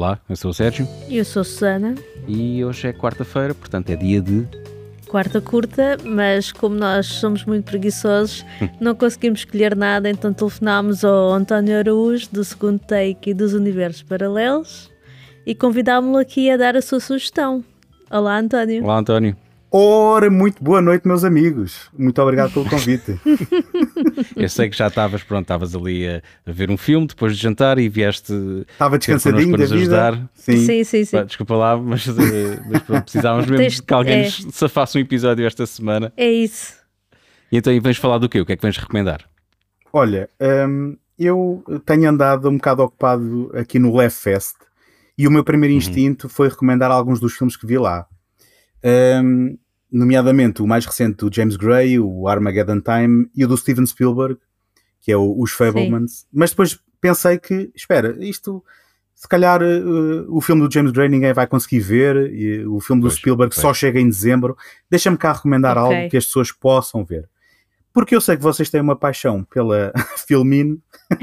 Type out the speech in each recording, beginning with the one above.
Olá, eu sou o Sérgio. Eu sou Susana. E hoje é quarta-feira, portanto é dia de... Quarta curta, mas como nós somos muito preguiçosos, não conseguimos escolher nada, então telefonámos ao António Araújo, do segundo take e dos Universos Paralelos, e convidámo-lo aqui a dar a sua sugestão. Olá, António. Olá, António. Ora, muito boa noite, meus amigos. Muito obrigado pelo convite. Eu sei que já estavas ali a ver um filme depois de jantar e vieste Estava descansadinho para da nos ajudar. vida. Sim. Sim. Pá, desculpa lá, mas pronto, precisávamos mesmo que alguém nos safasse um episódio esta semana. É isso. E então, vens falar do quê? O que é que vens recomendar? Olha, eu tenho andado um bocado ocupado aqui no Left Fest e o meu primeiro instinto foi recomendar alguns dos filmes que vi lá. Nomeadamente o mais recente do James Gray, o Armageddon Time, e o do Steven Spielberg, que é Os Fabelmans. Sim. Mas depois pensei que, espera, isto, se calhar o filme do James Gray ninguém vai conseguir ver, e o filme do Spielberg só chega em dezembro. Deixa-me cá recomendar algo que as pessoas possam ver. Porque eu sei que vocês têm uma paixão pela Filmin.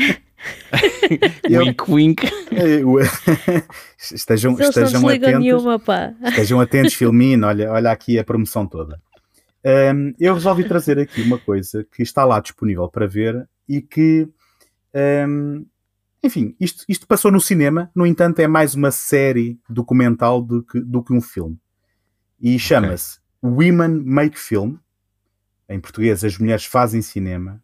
Wink, wink. Estejam atentos. Nenhuma, pá. Estejam atentos, Filmin. Olha aqui a promoção toda. Eu resolvi trazer aqui uma coisa que está lá disponível para ver e que, enfim, isto passou no cinema. No entanto, é mais uma série documental do que um filme. E chama-se Women Make Film. Em português, As Mulheres Fazem Cinema.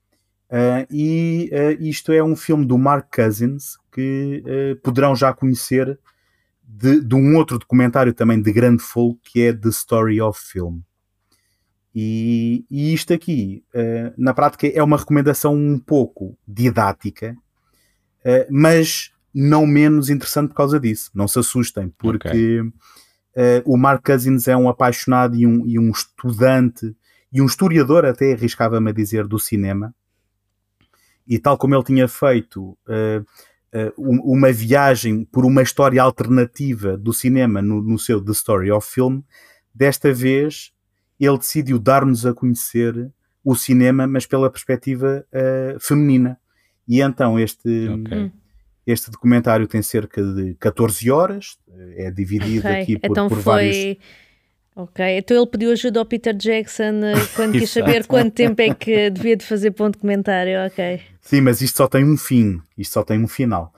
Isto é um filme do Mark Cousins que poderão já conhecer de um outro documentário também de grande fogo, que é The Story of Film. E isto aqui, na prática, é uma recomendação um pouco didática, mas não menos interessante por causa disso. Não se assustem, porque o Mark Cousins é um apaixonado e um estudante e um historiador, até arriscava-me a dizer, do cinema. E tal como ele tinha feito uma viagem por uma história alternativa do cinema no seu The Story of Film, desta vez ele decidiu dar-nos a conhecer o cinema, mas pela perspectiva feminina. E então este documentário tem cerca de 14 horas, é dividido aqui por vários... Ok, então ele pediu ajuda ao Peter Jackson quando quis saber quanto tempo é que devia de fazer para um documentário, ok. Sim, mas isto só tem um fim, isto só tem um final.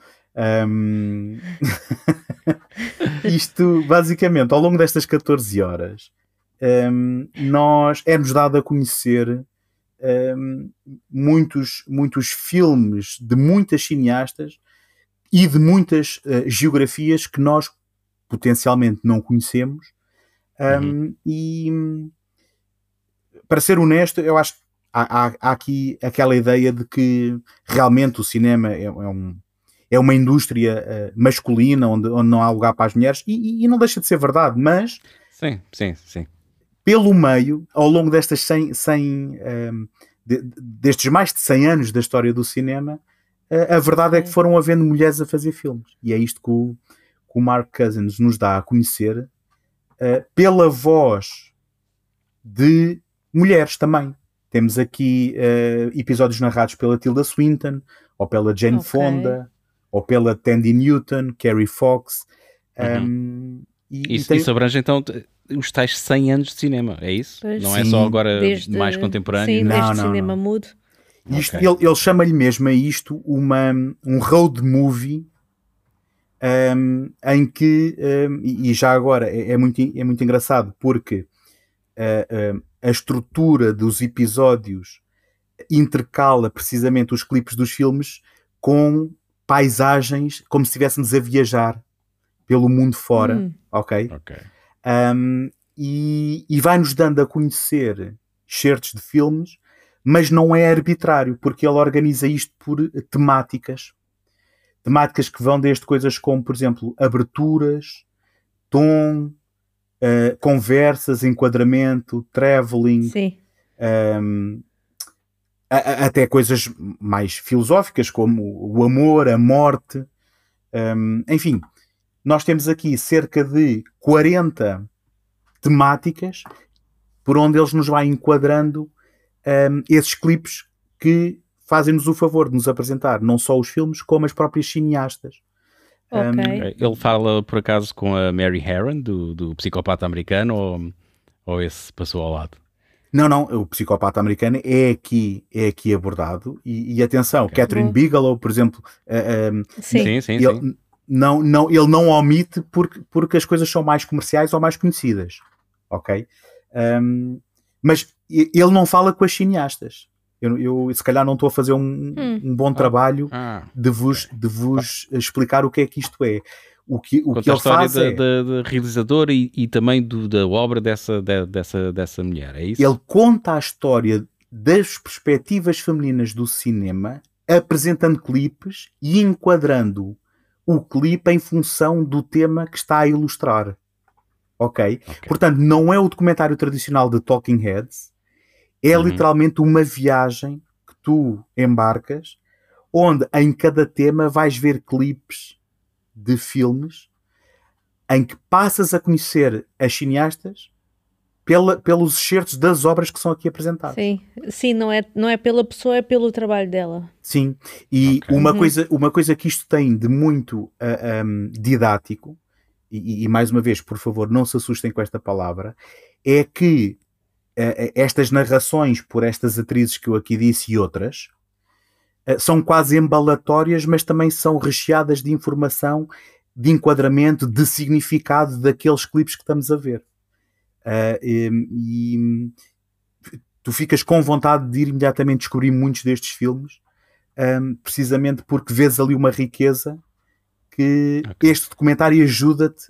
Isto, basicamente, ao longo destas 14 horas, é-nos dado a conhecer muitos filmes de muitas cineastas e de muitas geografias que nós potencialmente não conhecemos. E para ser honesto, eu acho que há aqui aquela ideia de que realmente o cinema é uma indústria masculina onde não há lugar para as mulheres e não deixa de ser verdade, mas sim. Pelo meio, ao longo destas destes mais de 100 anos da história do cinema, a verdade é que foram havendo mulheres a fazer filmes, e é isto que o Mark Cousins nos dá a conhecer pela voz de mulheres também. Temos aqui episódios narrados pela Tilda Swinton, ou pela Jane Fonda, ou pela Tandy Newton, Carrie Fox. Isso abrange então os tais 100 anos de cinema, é isso? Pois, não é só agora mais contemporâneo? Sim, desde cinema mudo. Isto, ele chama-lhe mesmo a isto um road movie, em que, e já agora é muito engraçado, porque a estrutura dos episódios intercala precisamente os clipes dos filmes com paisagens, como se estivéssemos a viajar pelo mundo fora, ok? E vai-nos dando a conhecer certos de filmes, mas não é arbitrário, porque ele organiza isto por temáticas que vão desde coisas como, por exemplo, aberturas, tom, conversas, enquadramento, travelling, até coisas mais filosóficas como o amor, a morte, enfim, nós temos aqui cerca de 40 temáticas por onde eles nos vai enquadrando esses clipes que fazem-nos o favor de nos apresentar não só os filmes, como as próprias cineastas. Ok. Ele fala, por acaso, com a Mary Harron, do Psicopata Americano, ou esse passou ao lado? Não, o Psicopata Americano é aqui abordado. E atenção, Catherine Bigelow, por exemplo, Sim. Sim. ele não omite porque as coisas são mais comerciais ou mais conhecidas, ok? Mas ele não fala com as cineastas. Eu se calhar não estou a fazer um bom trabalho de vos explicar o que é que isto é. O que ele faz é... da realizadora e também da obra dessa mulher, é isso? Ele conta a história das perspectivas femininas do cinema, apresentando clipes e enquadrando o clipe em função do tema que está a ilustrar. Ok? Portanto, não é o documentário tradicional de Talking Heads, é literalmente uma viagem que tu embarcas, onde em cada tema vais ver clipes de filmes em que passas a conhecer as cineastas pelos excertos das obras que são aqui apresentadas. Sim, não é pela pessoa, é pelo trabalho dela. Sim, e uma coisa que isto tem de muito didático, e mais uma vez, por favor, não se assustem com esta palavra, é que estas narrações por estas atrizes que eu aqui disse e outras são quase embalatórias, mas também são recheadas de informação, de enquadramento, de significado daqueles clipes que estamos a ver. E tu ficas com vontade de ir imediatamente descobrir muitos destes filmes, precisamente porque vês ali uma riqueza que este documentário ajuda-te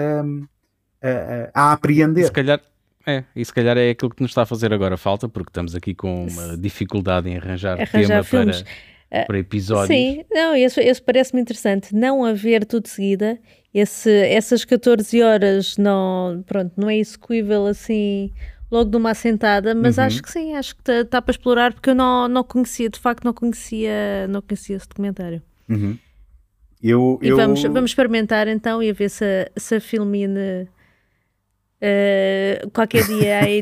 a apreender. E se calhar é aquilo que nos está a fazer agora falta, porque estamos aqui com uma dificuldade em arranjar tema filmes para episódios. Sim, não, esse parece-me interessante. Não haver tudo de seguida, essas 14 horas não é execuível assim logo de uma assentada, mas acho que sim, acho que está para explorar, porque eu não conhecia, de facto não conhecia esse documentário. E vamos experimentar então e a ver se a Filmine qualquer dia aí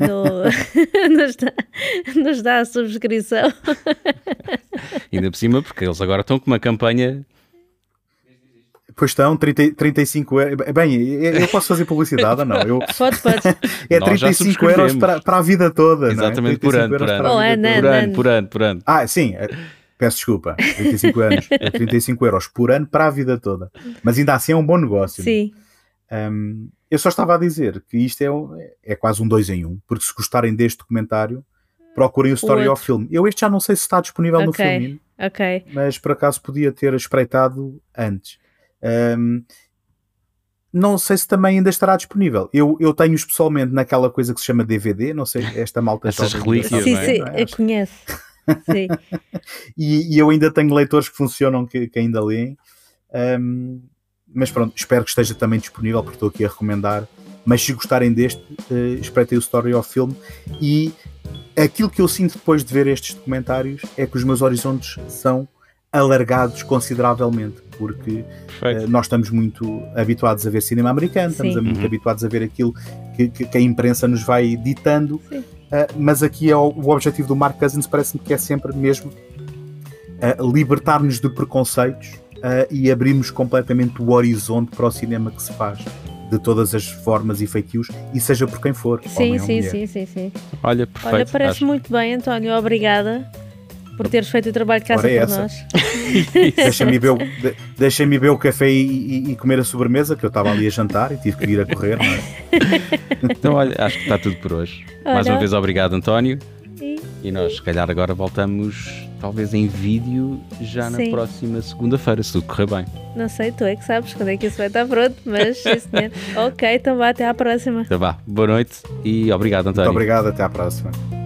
nos dá a subscrição. Ainda por cima, porque eles agora estão com uma campanha. Pois estão, 35 euros. Bem, eu posso fazer publicidade ou não? Pode. É 35 euros para a vida toda. Exatamente, não é? por ano. Por ano. Sim, peço desculpa. 35 euros por ano para a vida toda. Mas ainda assim é um bom negócio. Sim. Eu só estava a dizer que isto é quase um 2 em 1, porque se gostarem deste documentário, procurem o Story of Film. Eu este já não sei se está disponível no Filmin, mas por acaso podia ter espreitado antes. Não sei se também ainda estará disponível. Eu tenho pessoalmente naquela coisa que se chama DVD, não sei, esta malta... Essas relíquias, sim, eu conheço. Sim. e eu ainda tenho leitores que funcionam que ainda leem. Mas pronto, espero que esteja também disponível, porque estou aqui a recomendar. Mas se gostarem deste, espreitem o Story of Film. E aquilo que eu sinto depois de ver estes documentários é que os meus horizontes são alargados consideravelmente, porque nós estamos muito habituados a ver cinema americano, estamos muito habituados a ver aquilo que a imprensa nos vai ditando, mas aqui o objetivo do Mark Cousins parece-me que é sempre mesmo libertar-nos de preconceitos e abrirmos completamente o horizonte para o cinema que se faz de todas as formas e feitios, e seja por quem for. Sim. Olha, perfeito. Parece muito bem, António, obrigada por teres feito o trabalho de casa por nós. Deixem-me beber o café e comer a sobremesa, que eu estava ali a jantar e tive que vir a correr, não é? Então, olha, acho que está tudo por hoje. Mais uma vez, obrigado, António. E nós, se calhar, agora voltamos, talvez em vídeo, já na próxima segunda-feira, se tudo correr bem. Não sei, tu é que sabes quando é que isso vai estar pronto, mas sim, senhor. Ok, então vá, até à próxima. Então vá, boa noite e obrigado, António. Muito obrigado, até à próxima.